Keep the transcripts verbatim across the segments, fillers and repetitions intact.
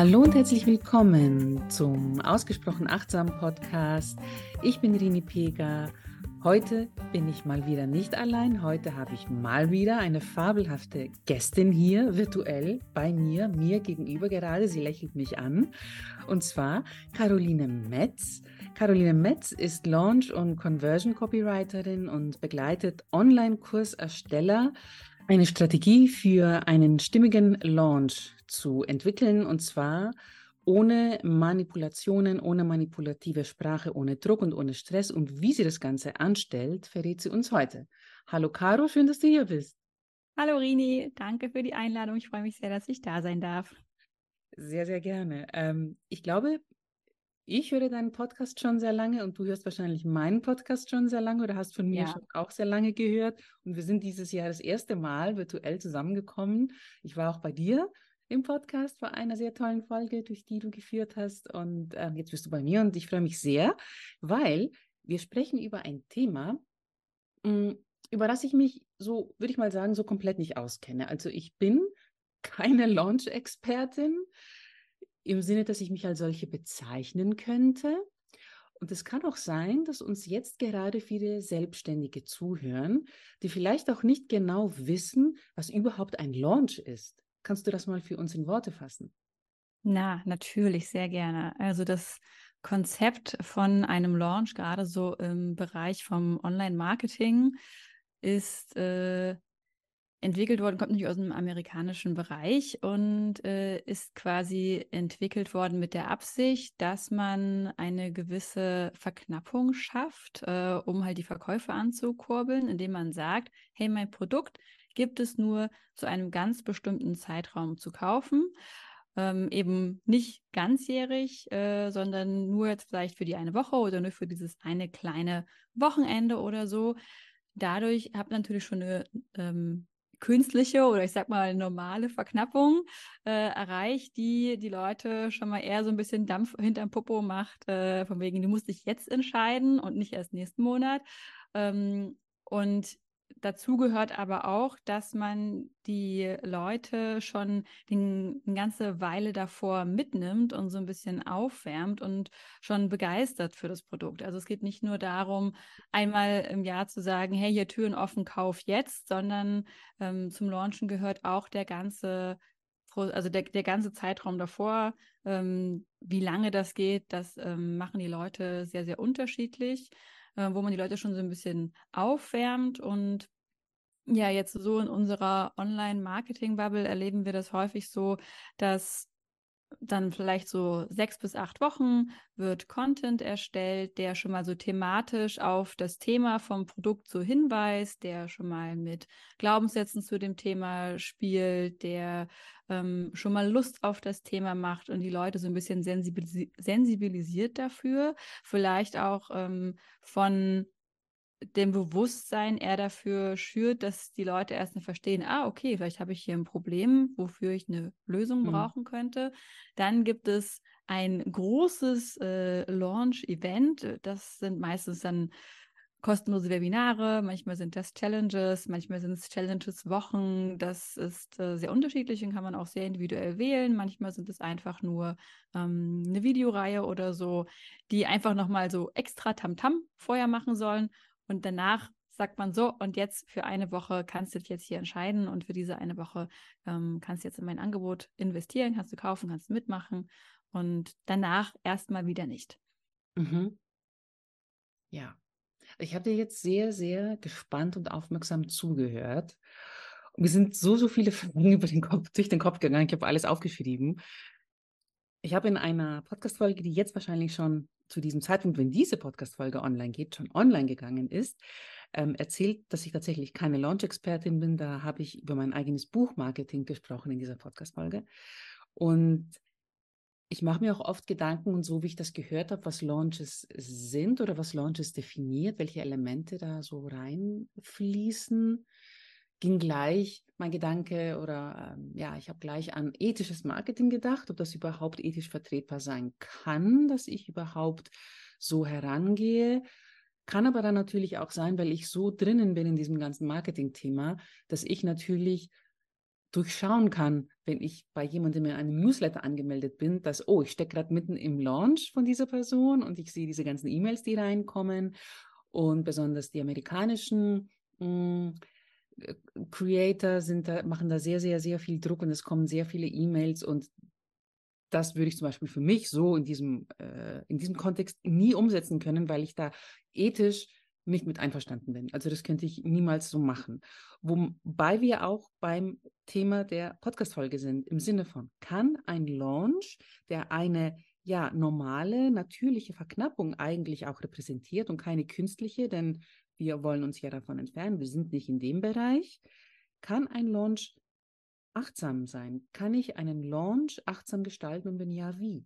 Hallo und herzlich willkommen zum Ausgesprochen Achtsam Podcast. Ich bin Rini Pega. Heute bin ich mal wieder nicht allein. Heute habe ich mal wieder eine fabelhafte Gästin hier, virtuell bei mir, mir gegenüber gerade. Sie lächelt mich an. Und zwar Caroline Metz. Caroline Metz ist Launch- und Conversion-Copywriterin und begleitet Online-Kursersteller, eine Strategie für einen stimmigen Launch zu entwickeln, und zwar ohne Manipulationen, ohne manipulative Sprache, ohne Druck und ohne Stress. Und wie sie das Ganze anstellt, verrät sie uns heute. Hallo Caro, schön, dass du hier bist. Hallo Rini, danke für die Einladung. Ich freue mich sehr, dass ich da sein darf. Sehr, sehr gerne. Ähm, ich glaube, ich höre deinen Podcast schon sehr lange und du hörst wahrscheinlich meinen Podcast schon sehr lange oder hast von mir Ja. schon auch sehr lange gehört. Und wir sind dieses Jahr das erste Mal virtuell zusammengekommen. Ich war auch bei dir im Podcast vor einer sehr tollen Folge, durch die du geführt hast. Und äh, jetzt bist du bei mir und ich freue mich sehr, weil wir sprechen über ein Thema, mh, über das ich mich so, würde ich mal sagen, so komplett nicht auskenne. Also ich bin keine Launch-Expertin im Sinne, dass ich mich als solche bezeichnen könnte. Und es kann auch sein, dass uns jetzt gerade viele Selbstständige zuhören, die vielleicht auch nicht genau wissen, was überhaupt ein Launch ist. Kannst du das mal für uns in Worte fassen? Na, natürlich, sehr gerne. Also das Konzept von einem Launch, gerade so im Bereich vom Online-Marketing, ist äh, entwickelt worden, kommt nicht aus dem amerikanischen Bereich und äh, ist quasi entwickelt worden mit der Absicht, dass man eine gewisse Verknappung schafft, äh, um halt die Verkäufe anzukurbeln, indem man sagt, hey, mein Produkt gibt es nur zu einem ganz bestimmten Zeitraum zu kaufen. Ähm, eben nicht ganzjährig, äh, sondern nur jetzt vielleicht für die eine Woche oder nur für dieses eine kleine Wochenende oder so. Dadurch habt ihr natürlich schon eine ähm, künstliche oder ich sag mal normale Verknappung äh, erreicht, die die Leute schon mal eher so ein bisschen Dampf hinterm Popo macht, äh, von wegen, du musst dich jetzt entscheiden und nicht erst nächsten Monat. Ähm, und dazu gehört aber auch, dass man die Leute schon den, eine ganze Weile davor mitnimmt und so ein bisschen aufwärmt und schon begeistert für das Produkt. Also es geht nicht nur darum, einmal im Jahr zu sagen, hey, hier Türen offen, kauf jetzt, sondern ähm, zum Launchen gehört auch der ganze, also der, der ganze Zeitraum davor. Ähm, wie lange das geht, das ähm, machen die Leute sehr, sehr unterschiedlich, äh, wo man die Leute schon so ein bisschen aufwärmt. Und ja, jetzt so in unserer Online-Marketing-Bubble erleben wir das häufig so, dass dann vielleicht so sechs bis acht Wochen wird Content erstellt, der schon mal so thematisch auf das Thema vom Produkt so hinweist, der schon mal mit Glaubenssätzen zu dem Thema spielt, der ähm, schon mal Lust auf das Thema macht und die Leute so ein bisschen sensibilis sensibilisiert dafür, vielleicht auch ähm, von dem Bewusstsein eher dafür schürt, dass die Leute erstmal verstehen, ah, okay, vielleicht habe ich hier ein Problem, wofür ich eine Lösung Mhm. brauchen könnte. Dann gibt es ein großes äh, Launch-Event. Das sind meistens dann kostenlose Webinare, manchmal sind das Challenges, manchmal sind es Challenges-Wochen. Das ist äh, sehr unterschiedlich und kann man auch sehr individuell wählen. Manchmal sind es einfach nur ähm, eine Videoreihe oder so, die einfach nochmal so extra Tamtam vorher machen sollen. Und danach sagt man so, und jetzt für eine Woche kannst du dich jetzt hier entscheiden und für diese eine Woche ähm, kannst du jetzt in mein Angebot investieren, kannst du kaufen, kannst du mitmachen und danach erstmal wieder nicht. Mhm. Ja, ich habe dir jetzt sehr, sehr gespannt und aufmerksam zugehört. Und mir sind so, so viele Fragen über den Kopf, durch den Kopf gegangen. Ich habe alles aufgeschrieben. Ich habe in einer Podcast-Folge, die jetzt wahrscheinlich schon zu diesem Zeitpunkt, wenn diese Podcast-Folge online geht, schon online gegangen ist, ähm, erzählt, dass ich tatsächlich keine Launch-Expertin bin. Da habe ich über mein eigenes Buchmarketing gesprochen in dieser Podcast-Folge. Und ich mache mir auch oft Gedanken, und so wie ich das gehört habe, was Launches sind oder was Launches definiert, welche Elemente da so reinfließen, ging gleich mein Gedanke oder ähm, ja, ich habe gleich an ethisches Marketing gedacht, ob das überhaupt ethisch vertretbar sein kann, dass ich überhaupt so herangehe. Kann aber dann natürlich auch sein, weil ich so drinnen bin in diesem ganzen Marketing-Thema, dass ich natürlich durchschauen kann, wenn ich bei jemandem in einem Newsletter angemeldet bin, dass, oh, ich stecke gerade mitten im Launch von dieser Person und ich sehe diese ganzen E-Mails, die reinkommen und besonders die amerikanischen mh, Creator sind da, machen da sehr, sehr, sehr viel Druck und es kommen sehr viele E-Mails und das würde ich zum Beispiel für mich so in diesem, äh, in diesem Kontext nie umsetzen können, weil ich da ethisch nicht mit einverstanden bin. Also das könnte ich niemals so machen. Wobei wir auch beim Thema der Podcast-Folge sind, im Sinne von, kann ein Launch, der eine ja normale, natürliche Verknappung eigentlich auch repräsentiert und keine künstliche, denn wir wollen uns ja davon entfernen, wir sind nicht in dem Bereich, kann ein Launch achtsam sein? Kann ich einen Launch achtsam gestalten und wenn ja, wie?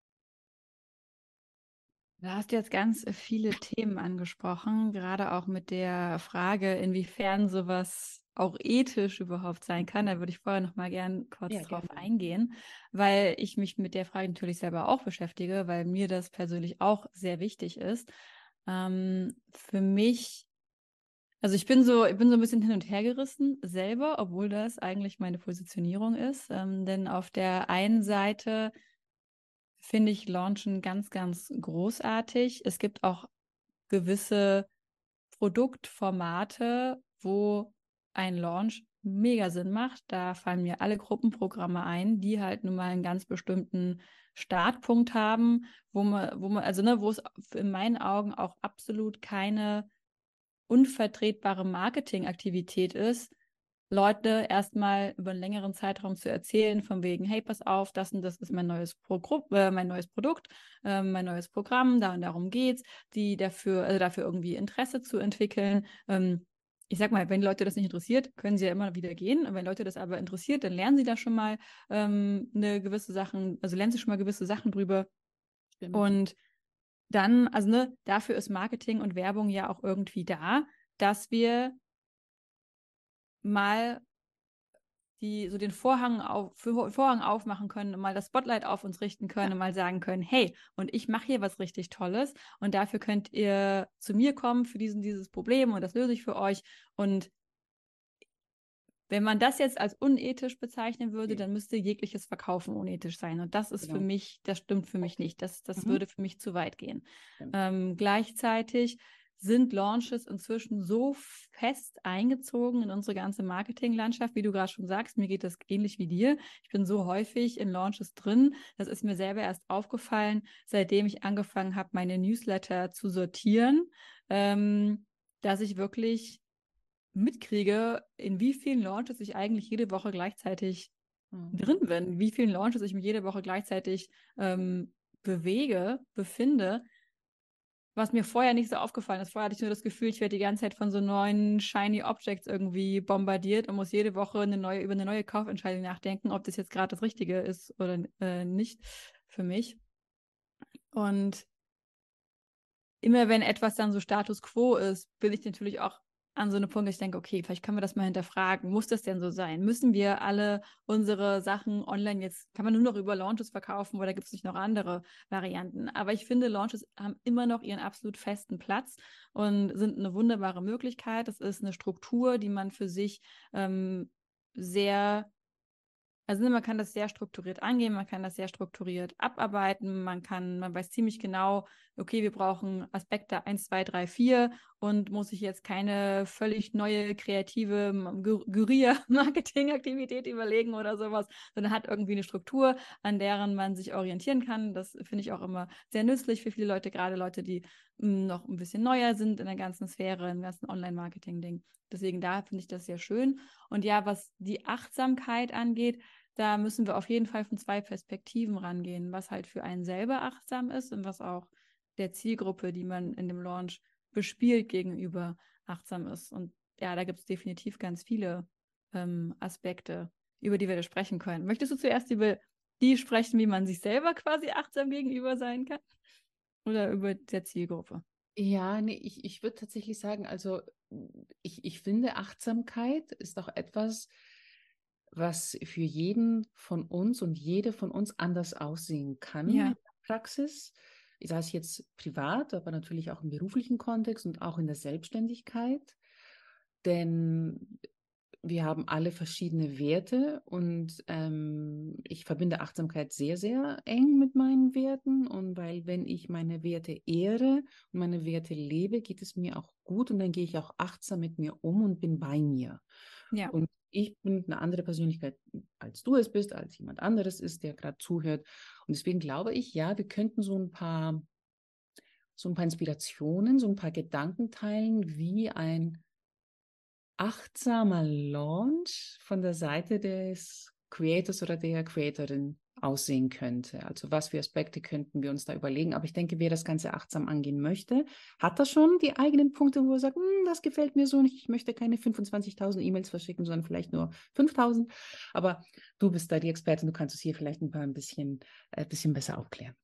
Du hast jetzt ganz viele Themen angesprochen, gerade auch mit der Frage, inwiefern sowas auch ethisch überhaupt sein kann. Da würde ich vorher noch mal gern kurz Ja, drauf gerne. eingehen, weil ich mich mit der Frage natürlich selber auch beschäftige, weil mir das persönlich auch sehr wichtig ist. Ähm, für mich, also ich bin so, ich bin so ein bisschen hin und her gerissen selber, obwohl das eigentlich meine Positionierung ist. Ähm, denn auf der einen Seite finde ich Launchen ganz, ganz großartig. Es gibt auch gewisse Produktformate, wo ein Launch mega Sinn macht. Da fallen mir alle Gruppenprogramme ein, die halt nun mal einen ganz bestimmten Startpunkt haben, wo man, wo man, also ne, wo es in meinen Augen auch absolut keine unvertretbare Marketingaktivität ist, Leute erstmal über einen längeren Zeitraum zu erzählen, von wegen, hey, pass auf, das und das ist mein neues, Pro äh, mein neues Produkt, äh, mein neues Programm, da und darum geht's, die dafür, also dafür irgendwie Interesse zu entwickeln. Ähm, ich sag mal, wenn Leute das nicht interessiert, können sie ja immer wieder gehen. Und wenn Leute das aber interessiert, dann lernen sie da schon mal ähm, eine gewisse Sachen, also lernen sie schon mal gewisse Sachen drüber. Stimmt. Und dann, also ne, dafür ist Marketing und Werbung ja auch irgendwie da, dass wir mal die so den Vorhang, auf, Vorhang aufmachen können und mal das Spotlight auf uns richten können Ja. und mal sagen können, hey, und ich mache hier was richtig Tolles und dafür könnt ihr zu mir kommen für diesen, dieses Problem und das löse ich für euch. Und wenn man das jetzt als unethisch bezeichnen würde, Okay. dann müsste jegliches Verkaufen unethisch sein. Und das ist für Genau. mich, das stimmt für mich Okay. nicht. Das, das Mhm. würde für mich zu weit gehen. Stimmt. Ähm, gleichzeitig sind Launches inzwischen so fest eingezogen in unsere ganze Marketinglandschaft, wie du gerade schon sagst. Mir geht das ähnlich wie dir. Ich bin so häufig in Launches drin. Das ist mir selber erst aufgefallen, seitdem ich angefangen habe, meine Newsletter zu sortieren, ähm, dass ich wirklich mitkriege, in wie vielen Launches ich eigentlich jede Woche gleichzeitig Mhm. drin bin, in wie vielen Launches ich mich jede Woche gleichzeitig ähm, bewege, befinde, was mir vorher nicht so aufgefallen ist. Vorher hatte ich nur das Gefühl, ich werde die ganze Zeit von so neuen shiny Objects irgendwie bombardiert und muss jede Woche eine neue, über eine neue Kaufentscheidung nachdenken, ob das jetzt gerade das Richtige ist oder äh, nicht für mich. Und immer wenn etwas dann so Status quo ist, bin ich natürlich auch an so einem Punkt, dass ich denke, okay, vielleicht können wir das mal hinterfragen. Muss das denn so sein? Müssen wir alle unsere Sachen online jetzt, kann man nur noch über Launches verkaufen oder gibt es nicht noch andere Varianten? Aber ich finde, Launches haben immer noch ihren absolut festen Platz und sind eine wunderbare Möglichkeit. Das ist eine Struktur, die man für sich ähm, sehr also man kann das sehr strukturiert angehen, man kann das sehr strukturiert abarbeiten, man kann, man weiß ziemlich genau, okay, wir brauchen Aspekte eins, zwei, drei, vier und muss sich jetzt keine völlig neue kreative Guerilla-Marketing-Aktivität überlegen oder sowas, sondern hat irgendwie eine Struktur, an deren man sich orientieren kann. Das finde ich auch immer sehr nützlich für viele Leute, gerade Leute, die mh, noch ein bisschen neuer sind in der ganzen Sphäre, im ganzen Online-Marketing-Ding. Deswegen da finde ich das sehr schön. Und ja, was die Achtsamkeit angeht, da müssen wir auf jeden Fall von zwei Perspektiven rangehen, was halt für einen selber achtsam ist und was auch der Zielgruppe, die man in dem Launch bespielt, gegenüber achtsam ist. Und ja, da gibt es definitiv ganz viele ähm, Aspekte, über die wir da sprechen können. Möchtest du zuerst über die sprechen, wie man sich selber quasi achtsam gegenüber sein kann? Oder über der Zielgruppe? Ja, nee, ich, ich würde tatsächlich sagen, also ich, ich finde, Achtsamkeit ist auch etwas, was für jeden von uns und jede von uns anders aussehen kann in Ja, der Praxis. Sei es jetzt privat, aber natürlich auch im beruflichen Kontext und auch in der Selbstständigkeit. Denn wir haben alle verschiedene Werte und ähm, ich verbinde Achtsamkeit sehr, sehr eng mit meinen Werten. Und weil wenn ich meine Werte ehre und meine Werte lebe, geht es mir auch gut und dann gehe ich auch achtsam mit mir um und bin bei mir. Ja. Und ich bin eine andere Persönlichkeit, als du es bist, als jemand anderes ist, der gerade zuhört. Und deswegen glaube ich, ja, wir könnten so ein paar, so ein paar Inspirationen, so ein paar Gedanken teilen, wie ein achtsamer Launch von der Seite des Creators oder der Creatorin aussehen könnte. Also was für Aspekte könnten wir uns da überlegen. Aber ich denke, wer das Ganze achtsam angehen möchte, hat da schon die eigenen Punkte, wo er sagt, hm, das gefällt mir so nicht. Ich möchte keine fünfundzwanzigtausend E-Mails verschicken, sondern vielleicht nur fünftausend. Aber du bist da die Expertin, du kannst es hier vielleicht ein paar ein bisschen, äh, bisschen besser aufklären.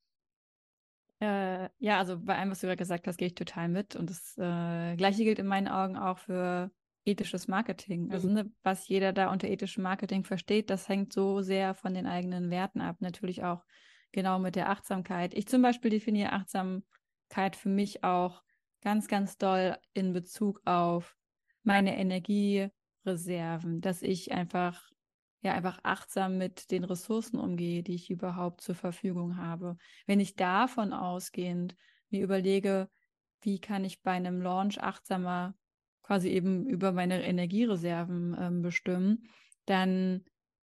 Äh, ja, also bei allem, was du gerade gesagt hast, gehe ich total mit. Und das äh, Gleiche gilt in meinen Augen auch für ethisches Marketing. Also Mhm. ne, was jeder da unter ethischem Marketing versteht, das hängt so sehr von den eigenen Werten ab. Natürlich auch genau mit der Achtsamkeit. Ich zum Beispiel definiere Achtsamkeit für mich auch ganz, ganz doll in Bezug auf meine Energiereserven, dass ich einfach ja einfach achtsam mit den Ressourcen umgehe, die ich überhaupt zur Verfügung habe. Wenn ich davon ausgehend mir überlege, wie kann ich bei einem Launch achtsamer quasi eben über meine Energiereserven ähm, bestimmen, dann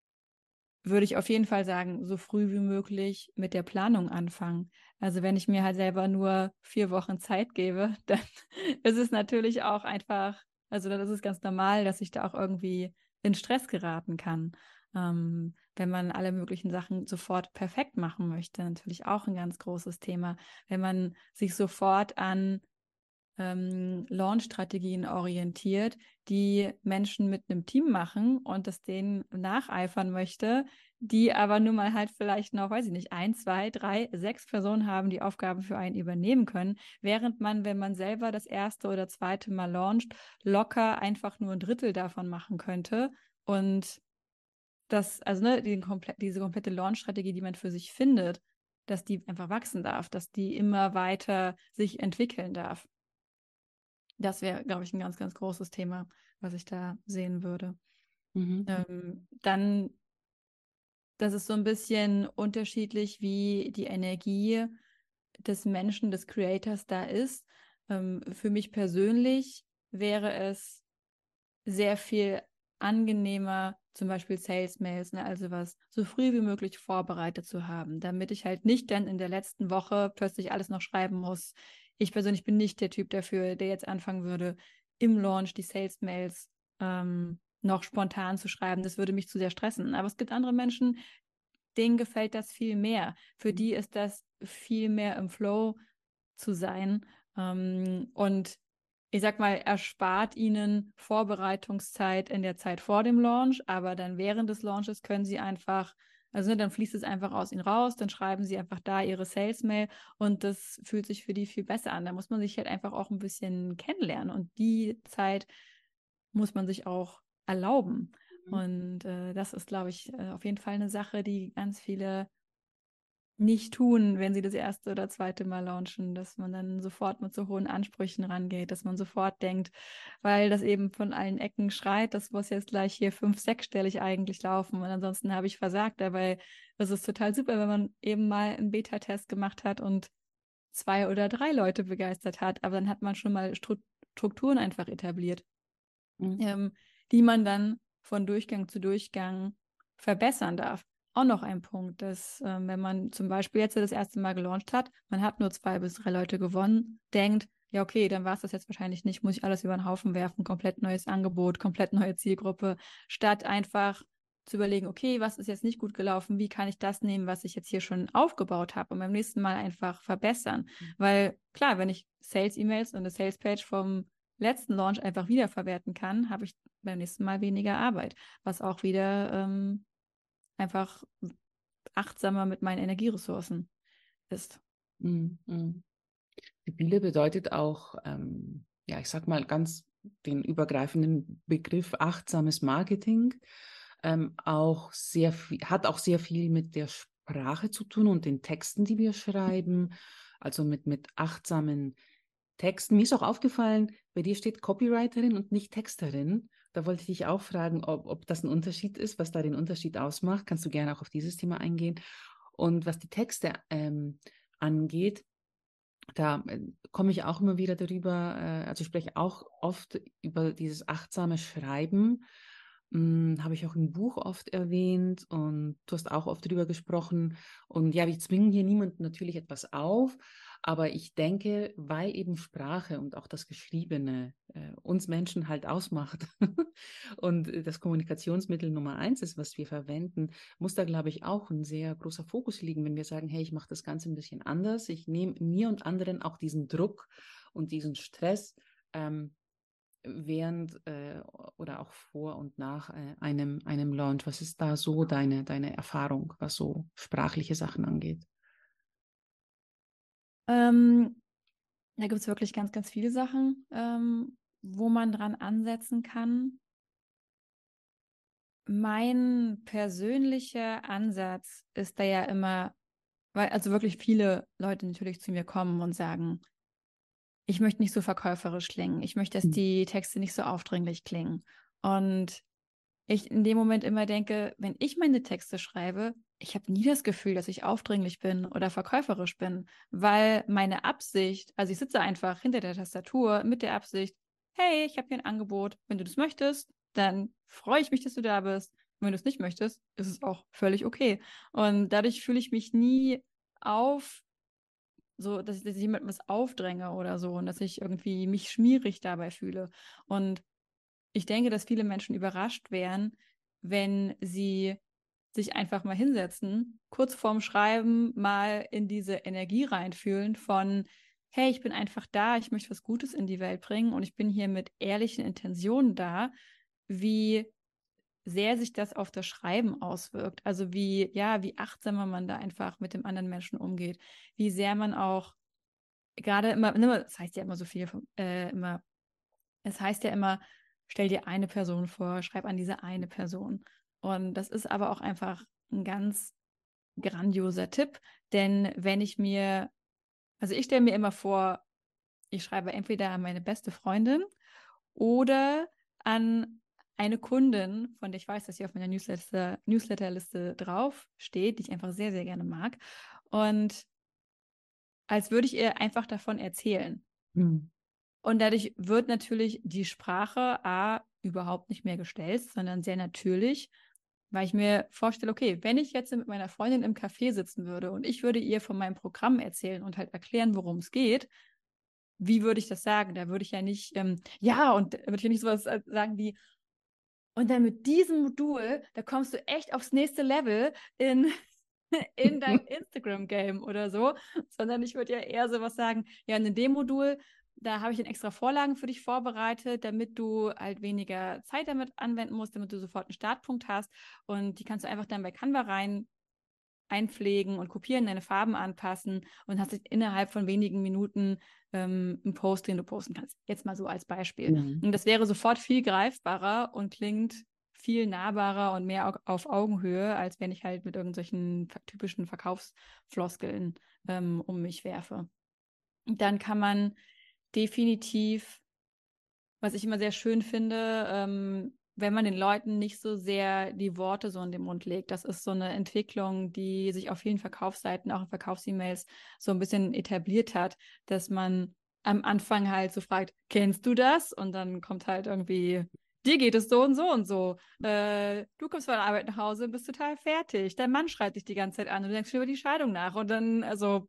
würde ich auf jeden Fall sagen, so früh wie möglich mit der Planung anfangen. Also wenn ich mir halt selber nur vier Wochen Zeit gebe, dann ist es natürlich auch einfach, also dann ist es ganz normal, dass ich da auch irgendwie in Stress geraten kann. Ähm, wenn man alle möglichen Sachen sofort perfekt machen möchte, natürlich auch ein ganz großes Thema. Wenn man sich sofort an ähm, Launch-Strategien orientiert, die Menschen mit einem Team machen und das denen nacheifern möchte, die aber nun mal halt vielleicht noch, weiß ich nicht, ein, zwei, drei, sechs Personen haben, die Aufgaben für einen übernehmen können, während man, wenn man selber das erste oder zweite Mal launcht, locker einfach nur ein Drittel davon machen könnte und das, also ne, die komple diese komplette Launch-Strategie, die man für sich findet, dass die einfach wachsen darf, dass die immer weiter sich entwickeln darf. Das wäre, glaube ich, ein ganz, ganz großes Thema, was ich da sehen würde. Mhm. Ähm, dann, das ist so ein bisschen unterschiedlich, wie die Energie des Menschen, des Creators da ist. Ähm, für mich persönlich wäre es sehr viel angenehmer, zum Beispiel Sales-Mails, ne, also was so früh wie möglich vorbereitet zu haben, damit ich halt nicht dann in der letzten Woche plötzlich alles noch schreiben muss. Ich persönlich bin nicht der Typ dafür, der jetzt anfangen würde, im Launch die Sales-Mails ähm, noch spontan zu schreiben. Das würde mich zu sehr stressen. Aber es gibt andere Menschen, denen gefällt das viel mehr. Für die ist das viel mehr im Flow zu sein. Ähm, und ich sag mal, erspart ihnen Vorbereitungszeit in der Zeit vor dem Launch, aber dann während des Launches können sie einfach, also ne, dann fließt es einfach aus ihnen raus, dann schreiben sie einfach da ihre Sales-Mail und das fühlt sich für die viel besser an. Da muss man sich halt einfach auch ein bisschen kennenlernen und die Zeit muss man sich auch erlauben. Mhm. Und äh, das ist, glaube ich, äh, auf jeden Fall eine Sache, die ganz viele nicht tun, wenn sie das erste oder zweite Mal launchen, dass man dann sofort mit so hohen Ansprüchen rangeht, dass man sofort denkt, weil das eben von allen Ecken schreit, das muss jetzt gleich hier fünf, sechsstellig eigentlich laufen und ansonsten habe ich versagt. Dabei ist es total super, wenn man eben mal einen Beta-Test gemacht hat und zwei oder drei Leute begeistert hat, aber dann hat man schon mal Strukturen einfach etabliert, Mhm. ähm, die man dann von Durchgang zu Durchgang verbessern darf. Auch noch ein Punkt, dass ähm, wenn man zum Beispiel jetzt das erste Mal gelauncht hat, man hat nur zwei bis drei Leute gewonnen, denkt, ja okay, dann war es das jetzt wahrscheinlich nicht, muss ich alles über den Haufen werfen, komplett neues Angebot, komplett neue Zielgruppe, statt einfach zu überlegen, okay, was ist jetzt nicht gut gelaufen, wie kann ich das nehmen, was ich jetzt hier schon aufgebaut habe und beim nächsten Mal einfach verbessern. Weil klar, wenn ich Sales-E-Mails und eine Sales-Page vom letzten Launch einfach wiederverwerten kann, habe ich beim nächsten Mal weniger Arbeit, was auch wieder ähm, einfach achtsamer mit meinen Energieressourcen ist. Mhm. Mhm. Stabile bedeutet auch, ähm, ja, ich sag mal ganz den übergreifenden Begriff achtsames Marketing, ähm, auch sehr viel, hat auch sehr viel mit der Sprache zu tun und den Texten, die wir schreiben, also mit, mit achtsamen Texten. Mir ist auch aufgefallen, bei dir steht Copywriterin und nicht Texterin. da wollte ich dich auch fragen, ob, ob das ein Unterschied ist, was da den Unterschied ausmacht. Kannst du gerne auch auf dieses Thema eingehen. Und was die Texte ähm, angeht, da äh, komme ich auch immer wieder darüber, äh, also ich spreche auch oft über dieses achtsame Schreiben. Hm, habe ich auch im Buch oft erwähnt und du hast auch oft darüber gesprochen. Und ja, wir zwingen hier niemandem natürlich etwas auf, aber ich denke, weil eben Sprache und auch das Geschriebene äh, uns Menschen halt ausmacht und äh, das Kommunikationsmittel Nummer eins ist, was wir verwenden, muss da, glaube ich, auch ein sehr großer Fokus liegen, wenn wir sagen, hey, ich mache das Ganze ein bisschen anders. Ich nehme mir und anderen auch diesen Druck und diesen Stress ähm, während äh, oder auch vor und nach äh, einem, einem Launch. Was ist da so deine, deine Erfahrung, was so sprachliche Sachen angeht? Ähm, da gibt es wirklich ganz, ganz viele Sachen, ähm, wo man dran ansetzen kann. Mein persönlicher Ansatz ist da ja immer, weil also wirklich viele Leute natürlich zu mir kommen und sagen, ich möchte nicht so verkäuferisch klingen, ich möchte, dass Mhm. die Texte nicht so aufdringlich klingen. Und ich in dem Moment immer denke, wenn ich meine Texte schreibe, ich habe nie das Gefühl, dass ich aufdringlich bin oder verkäuferisch bin, weil meine Absicht, also ich sitze einfach hinter der Tastatur mit der Absicht, hey, ich habe hier ein Angebot, wenn du das möchtest, dann freue ich mich, dass du da bist. Und wenn du es nicht möchtest, ist es auch völlig okay. Und dadurch fühle ich mich nie auf, so, dass ich, dass ich jemandem was aufdränge oder so und dass ich irgendwie mich schmierig dabei fühle. Und ich denke, dass viele Menschen überrascht wären, wenn sie sich einfach mal hinsetzen, kurz vorm Schreiben mal in diese Energie reinfühlen von, hey, ich bin einfach da, ich möchte was Gutes in die Welt bringen und ich bin hier mit ehrlichen Intentionen da, wie sehr sich das auf das Schreiben auswirkt. Also wie, ja, wie achtsamer man da einfach mit dem anderen Menschen umgeht, wie sehr man auch gerade immer, das heißt ja immer so viel, äh, immer es heißt ja immer, stell dir eine Person vor, schreib an diese eine Person. Und das ist aber auch einfach ein ganz grandioser Tipp, denn wenn ich mir, also ich stelle mir immer vor, ich schreibe entweder an meine beste Freundin oder an eine Kundin, von der ich weiß, dass sie auf meiner Newsletter, Newsletterliste drauf steht, die ich einfach sehr, sehr gerne mag. Und als würde ich ihr einfach davon erzählen. Mhm. Und dadurch wird natürlich die Sprache A überhaupt nicht mehr gestellt, sondern sehr natürlich, weil ich mir vorstelle, okay, wenn ich jetzt mit meiner Freundin im Café sitzen würde und ich würde ihr von meinem Programm erzählen und halt erklären, worum es geht, wie würde ich das sagen? Da würde ich ja nicht, ähm, ja, und da würde ich ja nicht sowas sagen wie, und dann mit diesem Modul, da kommst du echt aufs nächste Level in, in deinem Instagram-Game oder so, sondern ich würde ja eher sowas sagen, ja, in dem Modul, da habe ich dann extra Vorlagen für dich vorbereitet, damit du halt weniger Zeit damit anwenden musst, damit du sofort einen Startpunkt hast und die kannst du einfach dann bei Canva rein einpflegen und kopieren, deine Farben anpassen und hast innerhalb von wenigen Minuten ähm, einen Post, den du posten kannst. Jetzt mal so als Beispiel. Mhm. Und das wäre sofort viel greifbarer und klingt viel nahbarer und mehr auf Augenhöhe, als wenn ich halt mit irgendwelchen typischen Verkaufsfloskeln ähm, um mich werfe. Und dann kann man definitiv, was ich immer sehr schön finde, ähm, wenn man den Leuten nicht so sehr die Worte so in den Mund legt. Das ist so eine Entwicklung, die sich auf vielen Verkaufsseiten, auch in Verkaufs-E-Mails so ein bisschen etabliert hat, dass man am Anfang halt so fragt, kennst du das? Und dann kommt halt irgendwie, dir geht es so und so und so. Äh, du kommst von der Arbeit nach Hause und bist total fertig. Dein Mann schreit dich die ganze Zeit an und du denkst schon über die Scheidung nach. Und dann, also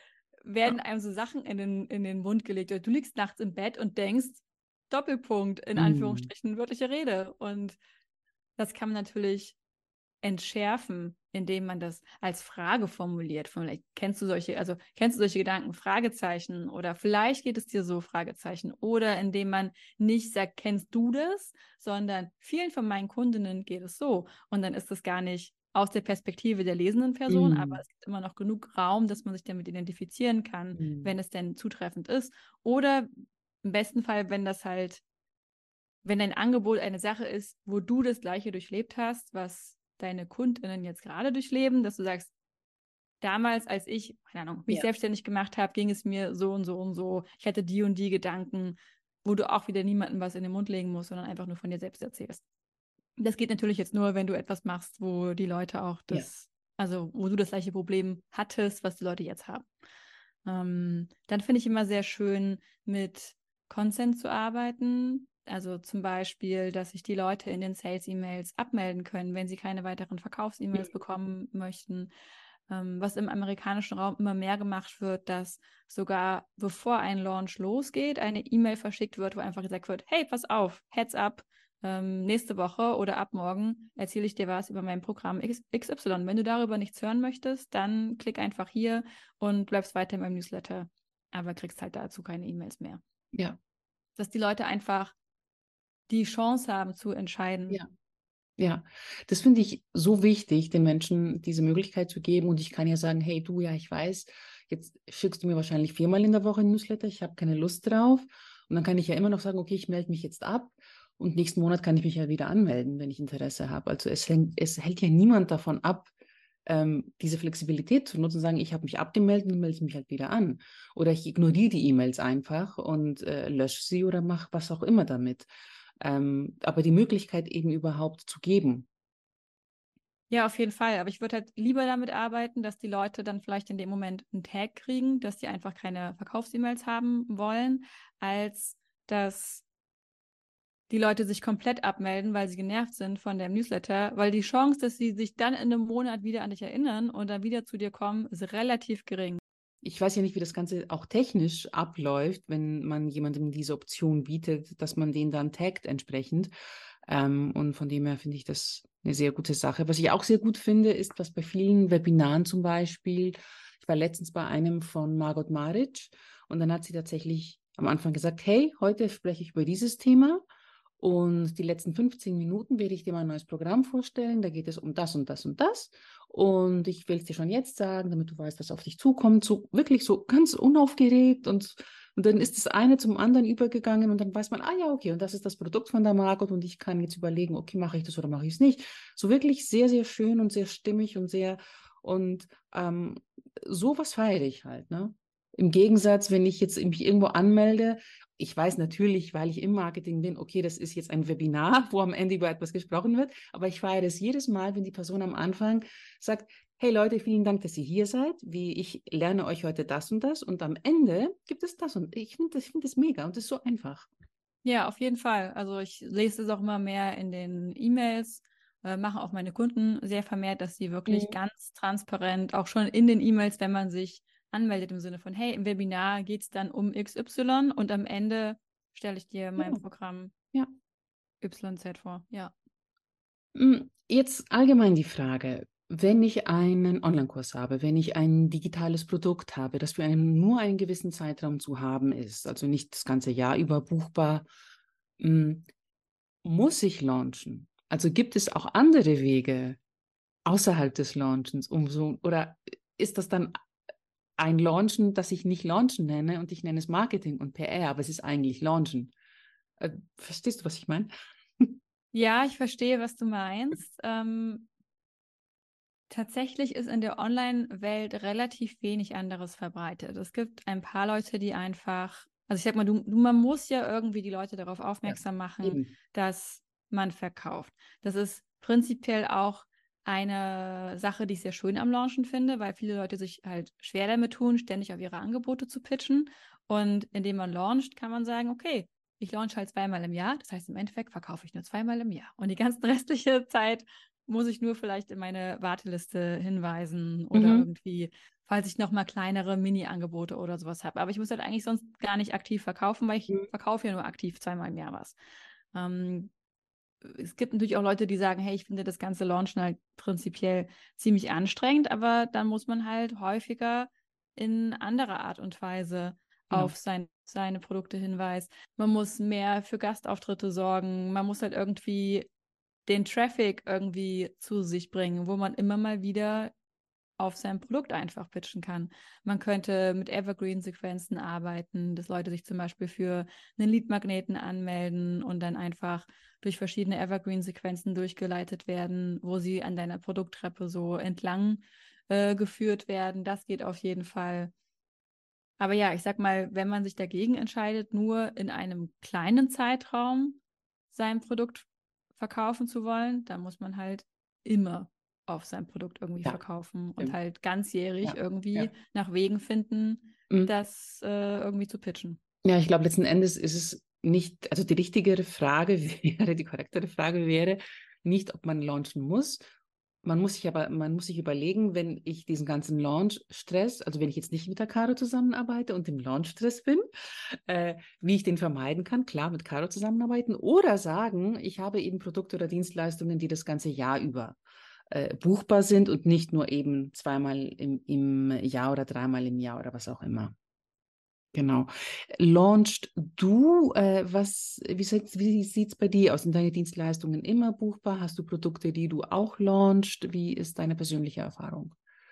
werden einem so Sachen in den, in den Mund gelegt. Oder du liegst nachts im Bett und denkst, Doppelpunkt, in Mhm. Anführungsstrichen, wörtliche Rede. Und das kann man natürlich entschärfen, indem man das als Frage formuliert. Vielleicht kennst du solche, also kennst du solche Gedanken, Fragezeichen oder vielleicht geht es dir so, Fragezeichen. Oder indem man nicht sagt, kennst du das, sondern vielen von meinen Kundinnen geht es so. Und dann ist das gar nicht aus der Perspektive der lesenden Person, aber Mhm. es gibt immer noch genug Raum, dass man sich damit identifizieren kann, Mhm. wenn es denn zutreffend ist. Oder im besten Fall, wenn das halt, wenn dein Angebot eine Sache ist, wo du das Gleiche durchlebt hast, was deine KundInnen jetzt gerade durchleben, dass du sagst, damals, als ich, keine Ahnung, mich Ja. selbstständig gemacht habe, ging es mir so und so und so. Ich hatte die und die Gedanken. wo du auch wieder niemandem was in den Mund legen musst, sondern einfach nur von dir selbst erzählst. Das geht natürlich jetzt nur, wenn du etwas machst, wo die Leute auch Ja. das, also wo du das gleiche Problem hattest, was die Leute jetzt haben. Ähm, dann finde ich immer sehr schön, mit Consent zu arbeiten. Also zum Beispiel, dass sich die Leute in den Sales-E-Mails abmelden können, wenn sie keine weiteren Verkaufs-E-Mails bekommen möchten. Ähm, was im amerikanischen Raum immer mehr gemacht wird, dass sogar bevor ein Launch losgeht, eine E-Mail verschickt wird, wo einfach gesagt wird, hey, pass auf, Heads up, ähm, nächste Woche oder ab morgen erzähle ich dir was über mein Programm X Y. Wenn du darüber nichts hören möchtest, dann klick einfach hier und bleibst weiter in meinem Newsletter, aber kriegst halt dazu keine E-Mails mehr. Ja. Dass die Leute einfach die Chance haben zu entscheiden. Ja. Ja, das finde ich so wichtig, den Menschen diese Möglichkeit zu geben. Und ich kann ja sagen, hey, du, ja, ich weiß, jetzt schickst du mir wahrscheinlich viermal in der Woche ein Newsletter, ich habe keine Lust drauf. Und dann kann ich ja immer noch sagen, okay, ich melde mich jetzt ab und nächsten Monat kann ich mich ja wieder anmelden, wenn ich Interesse habe. Also es, es hält ja niemand davon ab, ähm, diese Flexibilität zu nutzen und sagen, ich habe mich abgemeldet und melde mich halt wieder an. Oder ich ignoriere die E-Mails einfach und äh, lösche sie oder mache was auch immer damit. Ähm, aber die Möglichkeit eben überhaupt zu geben. Ja, auf jeden Fall. Aber ich würde halt lieber damit arbeiten, dass die Leute dann vielleicht in dem Moment einen Tag kriegen, dass die einfach keine Verkaufs-E-Mails haben wollen, als dass die Leute sich komplett abmelden, weil sie genervt sind von dem Newsletter, weil die Chance, dass sie sich dann in einem Monat wieder an dich erinnern und dann wieder zu dir kommen, ist relativ gering. Ich weiß ja nicht, wie das Ganze auch technisch abläuft, wenn man jemandem diese Option bietet, dass man den dann taggt entsprechend. Ähm, und von dem her finde ich das eine sehr gute Sache. Was ich auch sehr gut finde, ist, was bei vielen Webinaren zum Beispiel, ich war letztens bei einem von Margot Maric und dann hat sie tatsächlich am Anfang gesagt, hey, heute spreche ich über dieses Thema. Und die letzten fünfzehn Minuten werde ich dir mal ein neues Programm vorstellen. Da geht es um das und das und das. Und ich will es dir schon jetzt sagen, damit du weißt, was auf dich zukommt. So wirklich so ganz unaufgeregt. Und, und dann ist das eine zum anderen übergegangen. Und dann weiß man, ah ja, okay, und das ist das Produkt von der Margot. Und ich kann jetzt überlegen, okay, mache ich das oder mache ich es nicht. So wirklich sehr, sehr schön und sehr stimmig und sehr. Und ähm, sowas feiere ich halt, ne? Im Gegensatz, wenn ich jetzt mich irgendwo anmelde, ich weiß natürlich, weil ich im Marketing bin, okay, das ist jetzt ein Webinar, wo am Ende über etwas gesprochen wird, aber ich feiere das jedes Mal, wenn die Person am Anfang sagt, hey Leute, vielen Dank, dass ihr hier seid, wie ich lerne euch heute das und das und am Ende gibt es das und ich finde das, ich find das mega und das ist so einfach. Ja, auf jeden Fall. Also ich lese es auch immer mehr in den E-Mails, äh, machen auch meine Kunden sehr vermehrt, dass sie wirklich Mhm. ganz transparent, auch schon in den E-Mails, wenn man sich anmeldet im Sinne von, hey, im Webinar geht es dann um X Y und am Ende stelle ich dir mein Ja, Programm ja. Y Z vor. Ja. Mm, Jetzt allgemein die Frage, wenn ich einen Online-Kurs habe, wenn ich ein digitales Produkt habe, das für einen nur einen gewissen Zeitraum zu haben ist, also nicht das ganze Jahr über buchbar, mm, muss ich launchen? Also gibt es auch andere Wege außerhalb des Launchens, um so, oder ist das dann ein Launchen, das ich nicht Launchen nenne und ich nenne es Marketing und P R, aber es ist eigentlich Launchen? Äh, verstehst du, was ich meine? Ja, ich verstehe, was du meinst. Ähm, tatsächlich ist in der Online-Welt relativ wenig anderes verbreitet. Es gibt ein paar Leute, die einfach, also ich sag mal, du, du, man muss ja irgendwie die Leute darauf Ja, aufmerksam machen, eben. dass man verkauft. Das ist prinzipiell auch eine Sache, die ich sehr schön am Launchen finde, weil viele Leute sich halt schwer damit tun, ständig auf ihre Angebote zu pitchen. Und indem man launcht, kann man sagen, okay, ich launch halt zweimal im Jahr. Das heißt, im Endeffekt verkaufe ich nur zweimal im Jahr. Und die ganze restliche Zeit muss ich nur vielleicht in meine Warteliste hinweisen oder Mhm. irgendwie, falls ich nochmal kleinere Mini-Angebote oder sowas habe. Aber ich muss halt eigentlich sonst gar nicht aktiv verkaufen, weil ich Mhm. verkaufe ja nur aktiv zweimal im Jahr was. Ähm, es gibt natürlich auch Leute, die sagen, hey, ich finde das ganze Launchen halt prinzipiell ziemlich anstrengend, aber dann muss man halt häufiger in anderer Art und Weise Genau. auf sein, seine Produkte hinweisen. Man muss mehr für Gastauftritte sorgen. Man muss halt irgendwie den Traffic irgendwie zu sich bringen, wo man immer mal wieder auf sein Produkt einfach pitchen kann. Man könnte mit Evergreen-Sequenzen arbeiten, dass Leute sich zum Beispiel für einen Lead-Magneten anmelden und dann einfach durch verschiedene Evergreen-Sequenzen durchgeleitet werden, wo sie an deiner Produkttreppe so entlang äh, geführt werden. Das geht auf jeden Fall. Aber ja, ich sag mal, wenn man sich dagegen entscheidet, nur in einem kleinen Zeitraum sein Produkt verkaufen zu wollen, dann muss man halt immer auf sein Produkt irgendwie Ja, verkaufen und stimmt. halt ganzjährig Ja, irgendwie ja. nach Wegen finden, Mhm. das äh, irgendwie zu pitchen. Ja, ich glaube, letzten Endes ist es nicht, also die richtigere Frage wäre, die korrektere Frage wäre nicht, ob man launchen muss. Man muss sich aber, man muss sich überlegen, wenn ich diesen ganzen Launch-Stress, also wenn ich jetzt nicht mit der Caro zusammenarbeite und im Launch-Stress bin, äh, wie ich den vermeiden kann. Klar, mit Caro zusammenarbeiten oder sagen, ich habe eben Produkte oder Dienstleistungen, die das ganze Jahr über äh, buchbar sind und nicht nur eben zweimal im, im Jahr oder dreimal im Jahr oder was auch immer. Genau. Launchst du, äh, was, wie sieht wie sieht's bei dir aus? Sind deine Dienstleistungen immer buchbar? Hast du Produkte, die du auch launchst? Wie ist deine persönliche Erfahrung?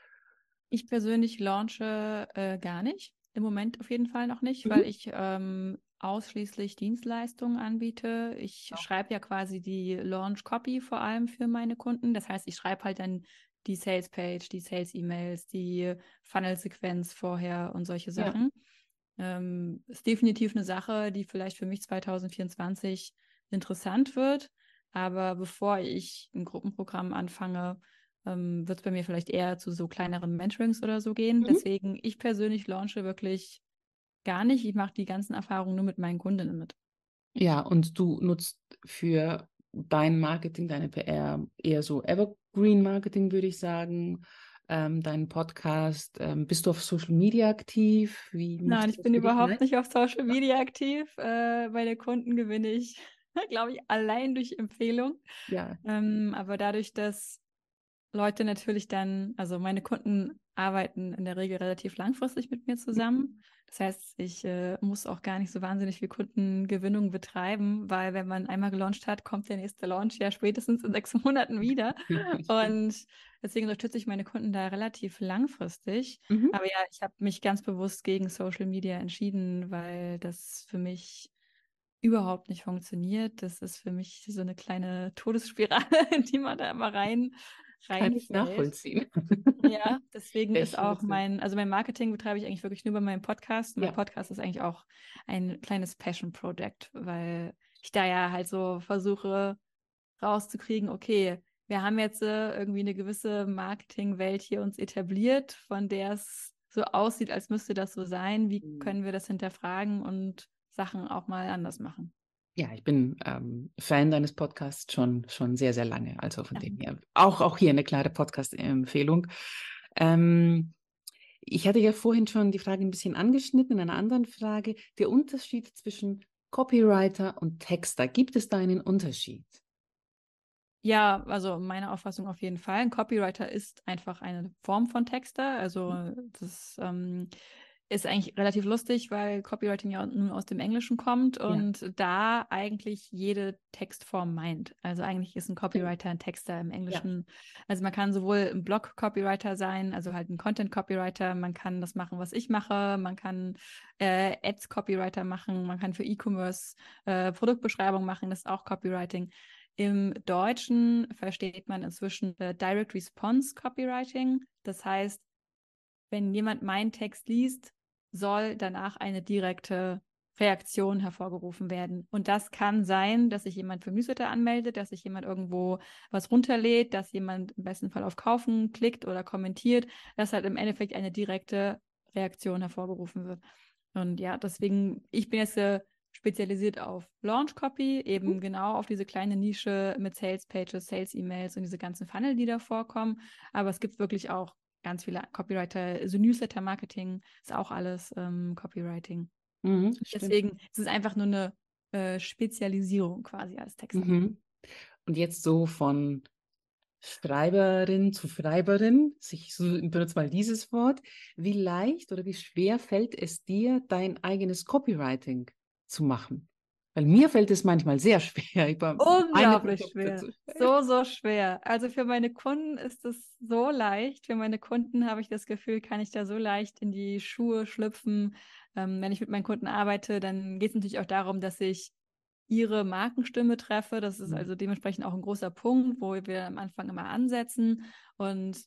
Ich persönlich launche äh, gar nicht. Im Moment auf jeden Fall noch nicht, weil Mhm. ich ähm, ausschließlich Dienstleistungen anbiete. Ich Ja. schreibe ja quasi die Launch-Copy vor allem für meine Kunden. Das heißt, ich schreibe halt dann die Sales-Page, die Sales-E-Mails, die Funnel-Sequenz vorher und solche Ja. Sachen. Ähm, ist definitiv eine Sache, die vielleicht für mich zwanzig vierundzwanzig interessant wird. Aber bevor ich ein Gruppenprogramm anfange, ähm, wird es bei mir vielleicht eher zu so kleineren Mentorings oder so gehen. Mhm. Deswegen, ich persönlich launche wirklich gar nicht. Ich mache die ganzen Erfahrungen nur mit meinen Kundinnen mit. Ja, und du nutzt für dein Marketing, deine P R eher so Evergreen Marketing, würde ich sagen. Ähm, deinen Podcast, ähm, bist du auf Social Media aktiv? Wie Nein, machst du ich das bin für dich? überhaupt Nein? nicht auf Social Media aktiv. Äh, bei den Kunden gewinne ich, glaube ich, allein durch Empfehlung. Ja. Ähm, aber dadurch, dass Leute natürlich dann, also meine Kunden arbeiten in der Regel relativ langfristig mit mir zusammen. Das heißt, ich äh, muss auch gar nicht so wahnsinnig viel Kundengewinnung betreiben, weil wenn man einmal gelauncht hat, kommt der nächste Launch ja spätestens in sechs Monaten wieder. Stimmt. Und deswegen unterstütze ich meine Kunden da relativ langfristig. Mhm. Aber ja, ich habe mich ganz bewusst gegen Social Media entschieden, weil das für mich überhaupt nicht funktioniert. Das ist für mich so eine kleine Todesspirale, in die man da immer rein, Kann ich reinfällt. nachvollziehen. Ja, deswegen ist Ich auch nutze. mein, also mein Marketing betreibe ich eigentlich wirklich nur bei meinem Podcast. Mein Ja. Podcast ist eigentlich auch ein kleines Passion-Project, weil ich da ja halt so versuche rauszukriegen, okay, wir haben jetzt äh, irgendwie eine gewisse Marketingwelt hier uns etabliert, von der es so aussieht, als müsste das so sein. Wie Mhm. können wir das hinterfragen und Sachen auch mal anders machen? Ja, ich bin ähm, Fan deines Podcasts schon, schon sehr, sehr lange. Also von dem Danke. her. Auch, auch hier eine klare Podcast-Empfehlung. Ähm, ich hatte ja vorhin schon die Frage ein bisschen angeschnitten in einer anderen Frage. Der Unterschied zwischen Copywriter und Texter. Gibt es da einen Unterschied? Ja, also meine Auffassung auf jeden Fall. Ein Copywriter ist einfach eine Form von Texter. Also das ähm, ist eigentlich relativ lustig, weil Copywriting ja nun aus dem Englischen kommt Ja, und da eigentlich jede Textform meint. Also eigentlich ist ein stimmt. Copywriter ein Texter im Ja. Englischen. Also man kann sowohl ein Blog-Copywriter sein, also halt ein Content-Copywriter, man kann das machen, was ich mache, man kann äh, Ads-Copywriter machen, man kann für E-Commerce äh, Produktbeschreibung machen, das ist auch Copywriting. Im Deutschen versteht man inzwischen äh, Direct Response Copywriting. Das heißt, wenn jemand meinen Text liest, soll danach eine direkte Reaktion hervorgerufen werden. Und das kann sein, dass sich jemand für Newsletter anmeldet, dass sich jemand irgendwo was runterlädt, dass jemand im besten Fall auf Kaufen klickt oder kommentiert, dass halt im Endeffekt eine direkte Reaktion hervorgerufen wird. Und ja, deswegen, ich bin jetzt äh, spezialisiert auf Launch Copy, eben genau auf diese kleine Nische mit Sales Pages, Sales E-Mails und diese ganzen Funnel, die da vorkommen. Aber es gibt wirklich auch ganz viele Copywriter, also Newsletter Marketing ist auch alles ähm, Copywriting. Mhm, stimmt. Deswegen ist es einfach nur eine äh, Spezialisierung quasi als Texter. Mhm. Und jetzt so von Schreiberin zu Schreiberin, ich so, ich benutze mal dieses Wort. Wie leicht oder wie schwer fällt es dir, dein eigenes Copywriting zu machen? Weil mir fällt es manchmal sehr schwer, über meine Unglaublich Produkte schwer. zu schreiben. So, so schwer. Also für meine Kunden ist es so leicht. Für meine Kunden habe ich das Gefühl, kann ich da so leicht in die Schuhe schlüpfen. Ähm, wenn ich mit meinen Kunden arbeite, dann geht es natürlich auch darum, dass ich ihre Markenstimme treffe. Das ist Mhm. also dementsprechend auch ein großer Punkt, wo wir am Anfang immer ansetzen. Und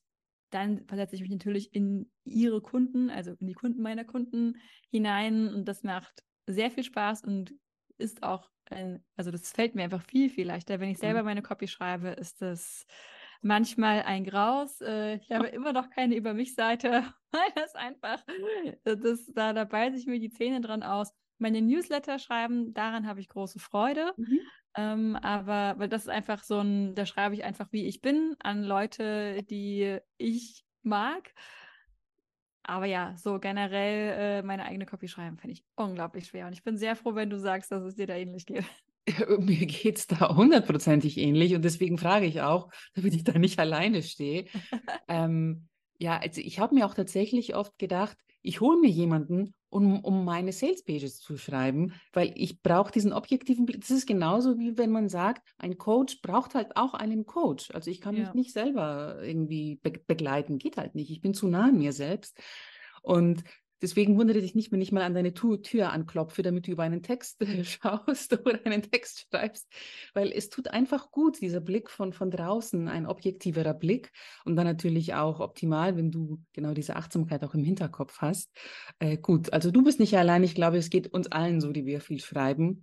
dann versetze ich mich natürlich in ihre Kunden, also in die Kunden meiner Kunden hinein und das macht sehr viel Spaß und ist auch, ein, also das fällt mir einfach viel, viel leichter. Wenn ich selber meine Copy schreibe, ist das manchmal ein Graus. Äh, ich habe immer noch keine Über mich-Seite, weil das einfach, das, da, da beiße ich mir die Zähne dran aus. Meine Newsletter schreiben, daran habe ich große Freude. Mhm. Ähm, aber weil das ist einfach so ein, da schreibe ich einfach, wie ich bin, an Leute, die ich mag. Aber ja, so generell äh, meine eigene Copy schreiben, finde ich unglaublich schwer. Und ich bin sehr froh, wenn du sagst, dass es dir da ähnlich geht. Mir geht's da hundertprozentig ähnlich und deswegen frage ich auch, damit ich da nicht alleine stehe. Ähm, ja, also ich habe mir auch tatsächlich oft gedacht, ich hole mir jemanden, um, um meine Sales Pages zu schreiben, weil ich brauche diesen objektiven Blick. Das ist genauso wie wenn man sagt, ein Coach braucht halt auch einen Coach. Also ich kann mich Ja. nicht selber irgendwie be begleiten, geht halt nicht. Ich bin zu nah an mir selbst. Und deswegen wundere dich nicht, wenn ich mal an deine Tu- Tür anklopfe, damit du über einen Text äh, schaust oder einen Text schreibst, weil es tut einfach gut, dieser Blick von, von draußen, ein objektiverer Blick und dann natürlich auch optimal, wenn du genau diese Achtsamkeit auch im Hinterkopf hast. Äh, gut, also du bist nicht allein, ich glaube, es geht uns allen so, die wir viel schreiben.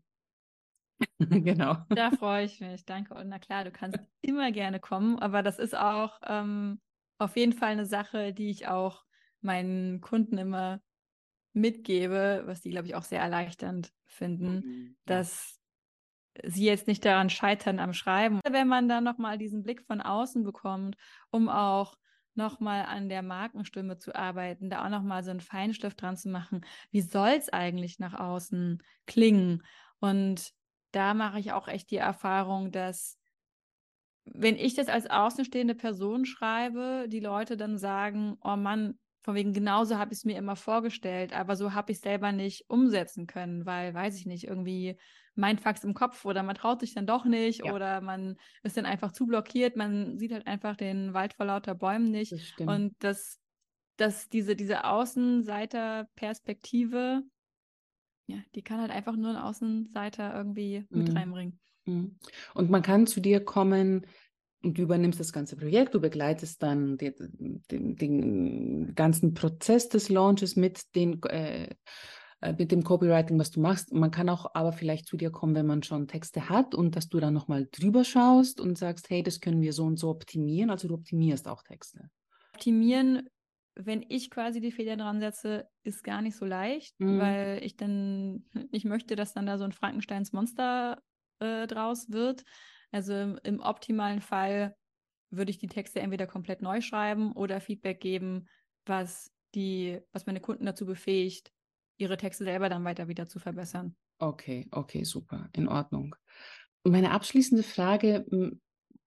Genau. Da freue ich mich, danke. Und na klar, du kannst immer gerne kommen, aber das ist auch ähm, auf jeden Fall eine Sache, die ich auch meinen Kunden immer mitgebe, was die, glaube ich, auch sehr erleichternd finden, Mhm. Ja. dass sie jetzt nicht daran scheitern am Schreiben. Wenn man dann nochmal diesen Blick von außen bekommt, um auch nochmal an der Markenstimme zu arbeiten, da auch nochmal so einen Feinstift dran zu machen, wie soll es eigentlich nach außen klingen? Und da mache ich auch echt die Erfahrung, dass wenn ich das als außenstehende Person schreibe, die Leute dann sagen, oh Mann, von wegen genauso habe ich es mir immer vorgestellt, aber so habe ich es selber nicht umsetzen können, weil, weiß ich nicht, irgendwie mein Fax im Kopf oder man traut sich dann doch nicht Ja, oder man ist dann einfach zu blockiert, man sieht halt einfach den Wald vor lauter Bäumen nicht das stimmt. und das, dass diese, diese Außenseiterperspektive, ja, die kann halt einfach nur ein Außenseiter irgendwie mit Mhm. reinbringen. Mhm. Und man kann zu dir kommen und du übernimmst das ganze Projekt, du begleitest dann die, den, den ganzen Prozess des Launches mit, den, äh, äh, mit dem Copywriting, was du machst. Man kann auch aber vielleicht zu dir kommen, wenn man schon Texte hat und dass du dann nochmal drüber schaust und sagst, hey, das können wir so und so optimieren. Also du optimierst auch Texte. Optimieren, wenn ich quasi die Feder dran setze, ist gar nicht so leicht, Mhm. weil ich dann nicht möchte, dass dann da so ein Frankensteins Monster äh, draus wird. Also im, im optimalen Fall würde ich die Texte entweder komplett neu schreiben oder Feedback geben, was die, was meine Kunden dazu befähigt, ihre Texte selber dann weiter wieder zu verbessern. Okay, okay, super, in Ordnung. Und meine abschließende Frage, m,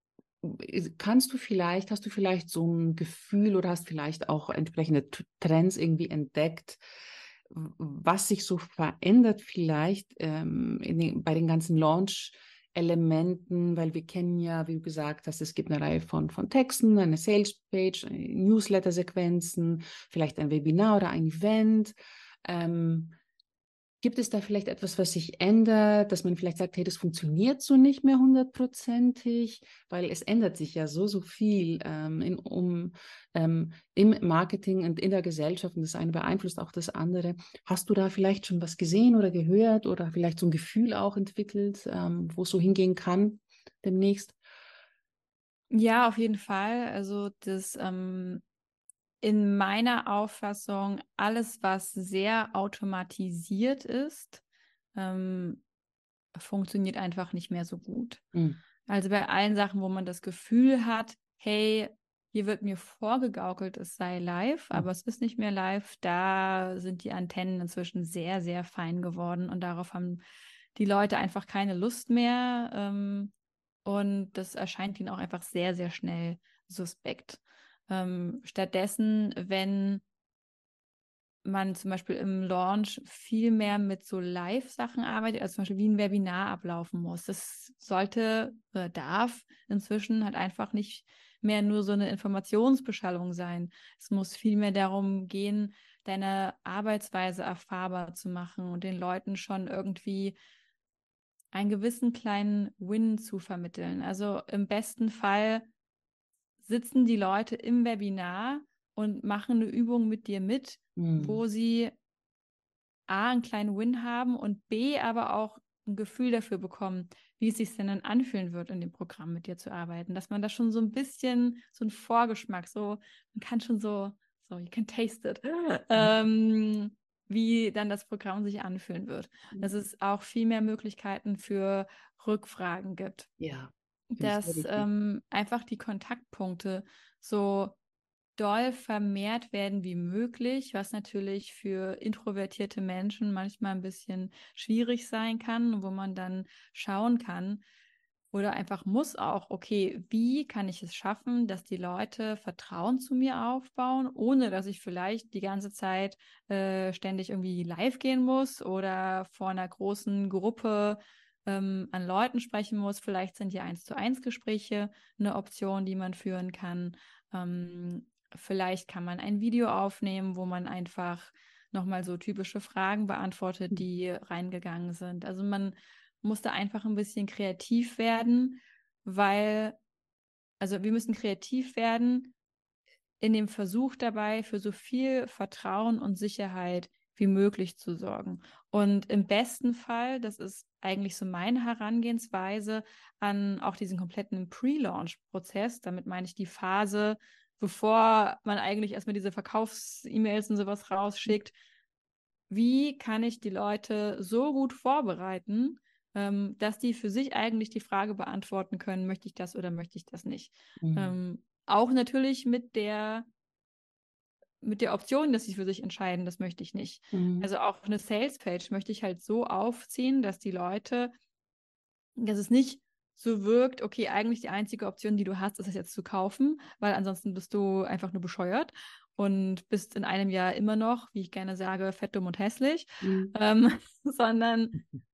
kannst du vielleicht, hast du vielleicht so ein Gefühl oder hast vielleicht auch entsprechende T- Trends irgendwie entdeckt, w- was sich so verändert vielleicht ähm, in den, bei den ganzen Launch-Elementen, weil wir kennen ja, wie du gesagt hast, es gibt eine Reihe von, von Texten, eine Sales-Page, Newsletter-Sequenzen, vielleicht ein Webinar oder ein Event. Ähm, Gibt es da vielleicht etwas, was sich ändert, dass man vielleicht sagt, hey, das funktioniert so nicht mehr hundertprozentig, weil es ändert sich ja so, so viel ähm, in, um, ähm, im Marketing und in der Gesellschaft und das eine beeinflusst auch das andere. Hast du da vielleicht schon was gesehen oder gehört oder vielleicht so ein Gefühl auch entwickelt, ähm, wo es so hingehen kann demnächst? Ja, auf jeden Fall. Also das ähm, in meiner Auffassung, alles, was sehr automatisiert ist, ähm, funktioniert einfach nicht mehr so gut. Hm. Also bei allen Sachen, wo man das Gefühl hat, hey, hier wird mir vorgegaukelt, es sei live, Hm. aber es ist nicht mehr live, da sind die Antennen inzwischen sehr, sehr fein geworden und darauf haben die Leute einfach keine Lust mehr. Ähm, und das erscheint ihnen auch einfach sehr, sehr schnell suspekt. Ähm, stattdessen, wenn man zum Beispiel im Launch viel mehr mit so Live-Sachen arbeitet, also zum Beispiel wie ein Webinar ablaufen muss. Das sollte oder darf inzwischen halt einfach nicht mehr nur so eine Informationsbeschallung sein. Es muss viel mehr darum gehen, deine Arbeitsweise erfahrbar zu machen und den Leuten schon irgendwie einen gewissen kleinen Win zu vermitteln. Also im besten Fall sitzen die Leute im Webinar und machen eine Übung mit dir mit, Mhm. wo sie A, einen kleinen Win haben und B, aber auch ein Gefühl dafür bekommen, wie es sich denn dann anfühlen wird, in dem Programm mit dir zu arbeiten. Dass man da schon so ein bisschen, so ein Vorgeschmack, so, man kann schon so, so, you can taste it, ähm, wie dann das Programm sich anfühlen wird. Dass es auch viel mehr Möglichkeiten für Rückfragen gibt. Ja, finde ich sehr Dass wichtig. ähm, einfach die Kontaktpunkte so doll vermehrt werden wie möglich, was natürlich für introvertierte Menschen manchmal ein bisschen schwierig sein kann, wo man dann schauen kann oder einfach muss auch, okay, wie kann ich es schaffen, dass die Leute Vertrauen zu mir aufbauen, ohne dass ich vielleicht die ganze Zeit äh, ständig irgendwie live gehen muss oder vor einer großen Gruppe ähm, an Leuten sprechen muss. Vielleicht sind ja eins zu eins Gespräche eine Option, die man führen kann. Ähm, Vielleicht kann man ein Video aufnehmen, wo man einfach nochmal so typische Fragen beantwortet, die reingegangen sind. Also man musste einfach ein bisschen kreativ werden, weil, also wir müssen kreativ werden in dem Versuch dabei, für so viel Vertrauen und Sicherheit wie möglich zu sorgen. Und im besten Fall, das ist eigentlich so meine Herangehensweise an auch diesen kompletten Pre-Launch-Prozess, damit meine ich die Phase, bevor man eigentlich erstmal diese Verkaufs-E-Mails und sowas rausschickt, wie kann ich die Leute so gut vorbereiten, ähm, dass die für sich eigentlich die Frage beantworten können, möchte ich das oder möchte ich das nicht. Mhm. Ähm, auch natürlich mit der, mit der Option, dass sie für sich entscheiden, das möchte ich nicht. Mhm. Also auch eine Sales-Page möchte ich halt so aufziehen, dass die Leute, dass es nicht so wirkt, okay, eigentlich die einzige Option, die du hast, ist es jetzt zu kaufen, weil ansonsten bist du einfach nur bescheuert und bist in einem Jahr immer noch, wie ich gerne sage, fett, dumm und hässlich, Mhm. ähm, sondern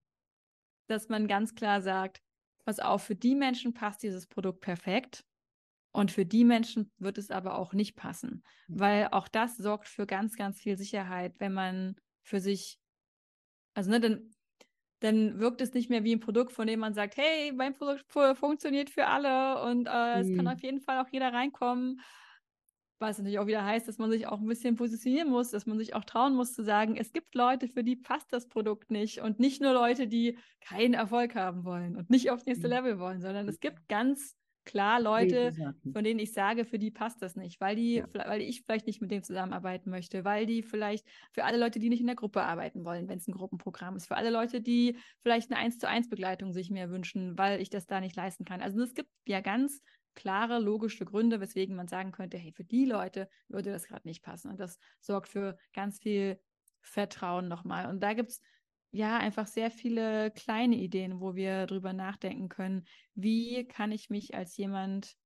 dass man ganz klar sagt, pass auf, für die Menschen passt dieses Produkt perfekt und für die Menschen wird es aber auch nicht passen, weil auch das sorgt für ganz, ganz viel Sicherheit, wenn man für sich, also ne, dann dann wirkt es nicht mehr wie ein Produkt, von dem man sagt, hey, mein Produkt fu- funktioniert für alle und äh, es kann Mhm. auf jeden Fall auch jeder reinkommen. Was natürlich auch wieder heißt, dass man sich auch ein bisschen positionieren muss, dass man sich auch trauen muss zu sagen, es gibt Leute, für die passt das Produkt nicht und nicht nur Leute, die keinen Erfolg haben wollen und nicht aufs nächste Level wollen, sondern es gibt ganz klar Konkrete Leute, Sachen. von denen ich sage, für die passt das nicht, weil die, Ja. weil ich vielleicht nicht mit denen zusammenarbeiten möchte, weil die vielleicht für alle Leute, die nicht in der Gruppe arbeiten wollen, wenn es ein Gruppenprogramm ist, für alle Leute, die vielleicht eine eins zu eins Begleitung sich mehr wünschen, weil ich das da nicht leisten kann. Also es gibt ja ganz klare, logische Gründe, weswegen man sagen könnte, hey, für die Leute würde das gerade nicht passen. Und das sorgt für ganz viel Vertrauen nochmal. Und da gibt es ja einfach sehr viele kleine Ideen, wo wir drüber nachdenken können, wie kann ich mich als jemand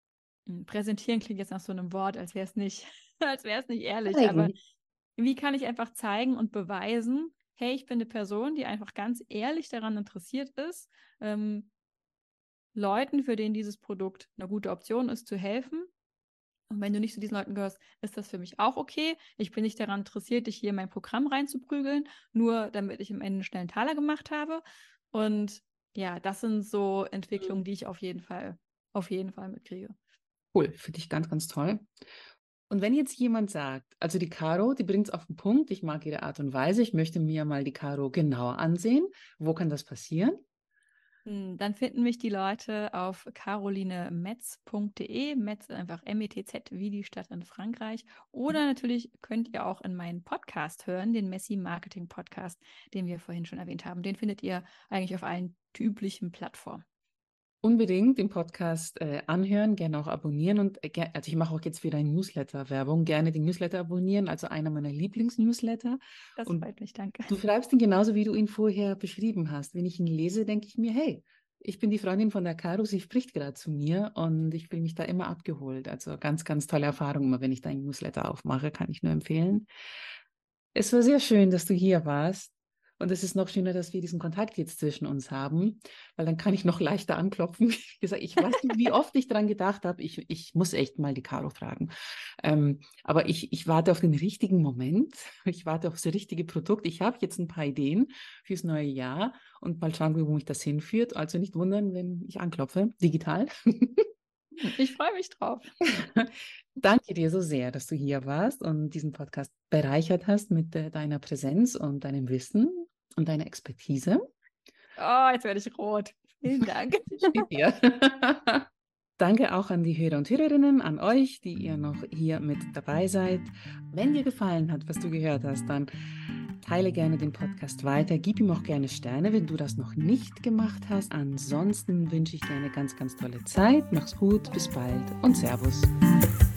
hm, präsentieren, klingt jetzt nach so einem Wort, als wäre es nicht, als wäre es nicht ehrlich, aber Zeigen. wie kann ich einfach zeigen und beweisen, hey, ich bin eine Person, die einfach ganz ehrlich daran interessiert ist, ähm, Leuten, für denen dieses Produkt eine gute Option ist, zu helfen. Und wenn du nicht zu diesen Leuten gehörst, ist das für mich auch okay. Ich bin nicht daran interessiert, dich hier in mein Programm reinzuprügeln, nur damit ich am Ende schnell einen Taler gemacht habe. Und ja, das sind so Entwicklungen, Mhm. die ich auf jeden Fall, auf jeden Fall mitkriege. Cool, finde ich ganz, ganz toll. Und wenn jetzt jemand sagt, also die Caro, die bringt es auf den Punkt, ich mag ihre Art und Weise, ich möchte mir mal die Caro genauer ansehen, wo kann das passieren? Hm, Dann finden mich die Leute auf carolinemetz punkt de. Metz einfach M E T Z wie die Stadt in Frankreich. Oder natürlich könnt ihr auch in meinen Podcast hören, den Messi Marketing Podcast, den wir vorhin schon erwähnt haben. Den findet ihr eigentlich auf allen üblichen Plattformen. Unbedingt den Podcast äh, anhören, gerne auch abonnieren und äh, ger- also ich mache auch jetzt wieder eine Newsletter-Werbung, gerne den Newsletter abonnieren, also einer meiner Lieblings-Newsletter. Das Und freut mich, danke. du schreibst ihn genauso, wie du ihn vorher beschrieben hast. Wenn ich ihn lese, denke ich mir, hey, ich bin die Freundin von der Caro, sie spricht gerade zu mir und ich fühle mich da immer abgeholt. Also ganz, ganz tolle Erfahrung, immer wenn ich deinen Newsletter aufmache, kann ich nur empfehlen. Es war sehr schön, dass du hier warst. Und es ist noch schöner, dass wir diesen Kontakt jetzt zwischen uns haben, weil dann kann ich noch leichter anklopfen. Wie gesagt, ich weiß nicht, wie oft ich daran gedacht habe, ich, ich muss echt mal die Caro fragen. Ähm, aber ich, ich warte auf den richtigen Moment. Ich warte auf das richtige Produkt. Ich habe jetzt ein paar Ideen fürs neue Jahr und mal schauen, wo mich das hinführt. Also nicht wundern, wenn ich anklopfe, digital. Ich freue mich drauf. Danke dir so sehr, dass du hier warst und diesen Podcast bereichert hast mit äh, deiner Präsenz und deinem Wissen und deiner Expertise. Oh, jetzt werde ich rot. Vielen Dank. Steht dir. Danke auch an die Hörer und Hörerinnen, an euch, die ihr noch hier mit dabei seid. Wenn dir gefallen hat, was du gehört hast, dann teile gerne den Podcast weiter. Gib ihm auch gerne Sterne, wenn du das noch nicht gemacht hast. Ansonsten wünsche ich dir eine ganz, ganz tolle Zeit. Mach's gut, bis bald und Servus.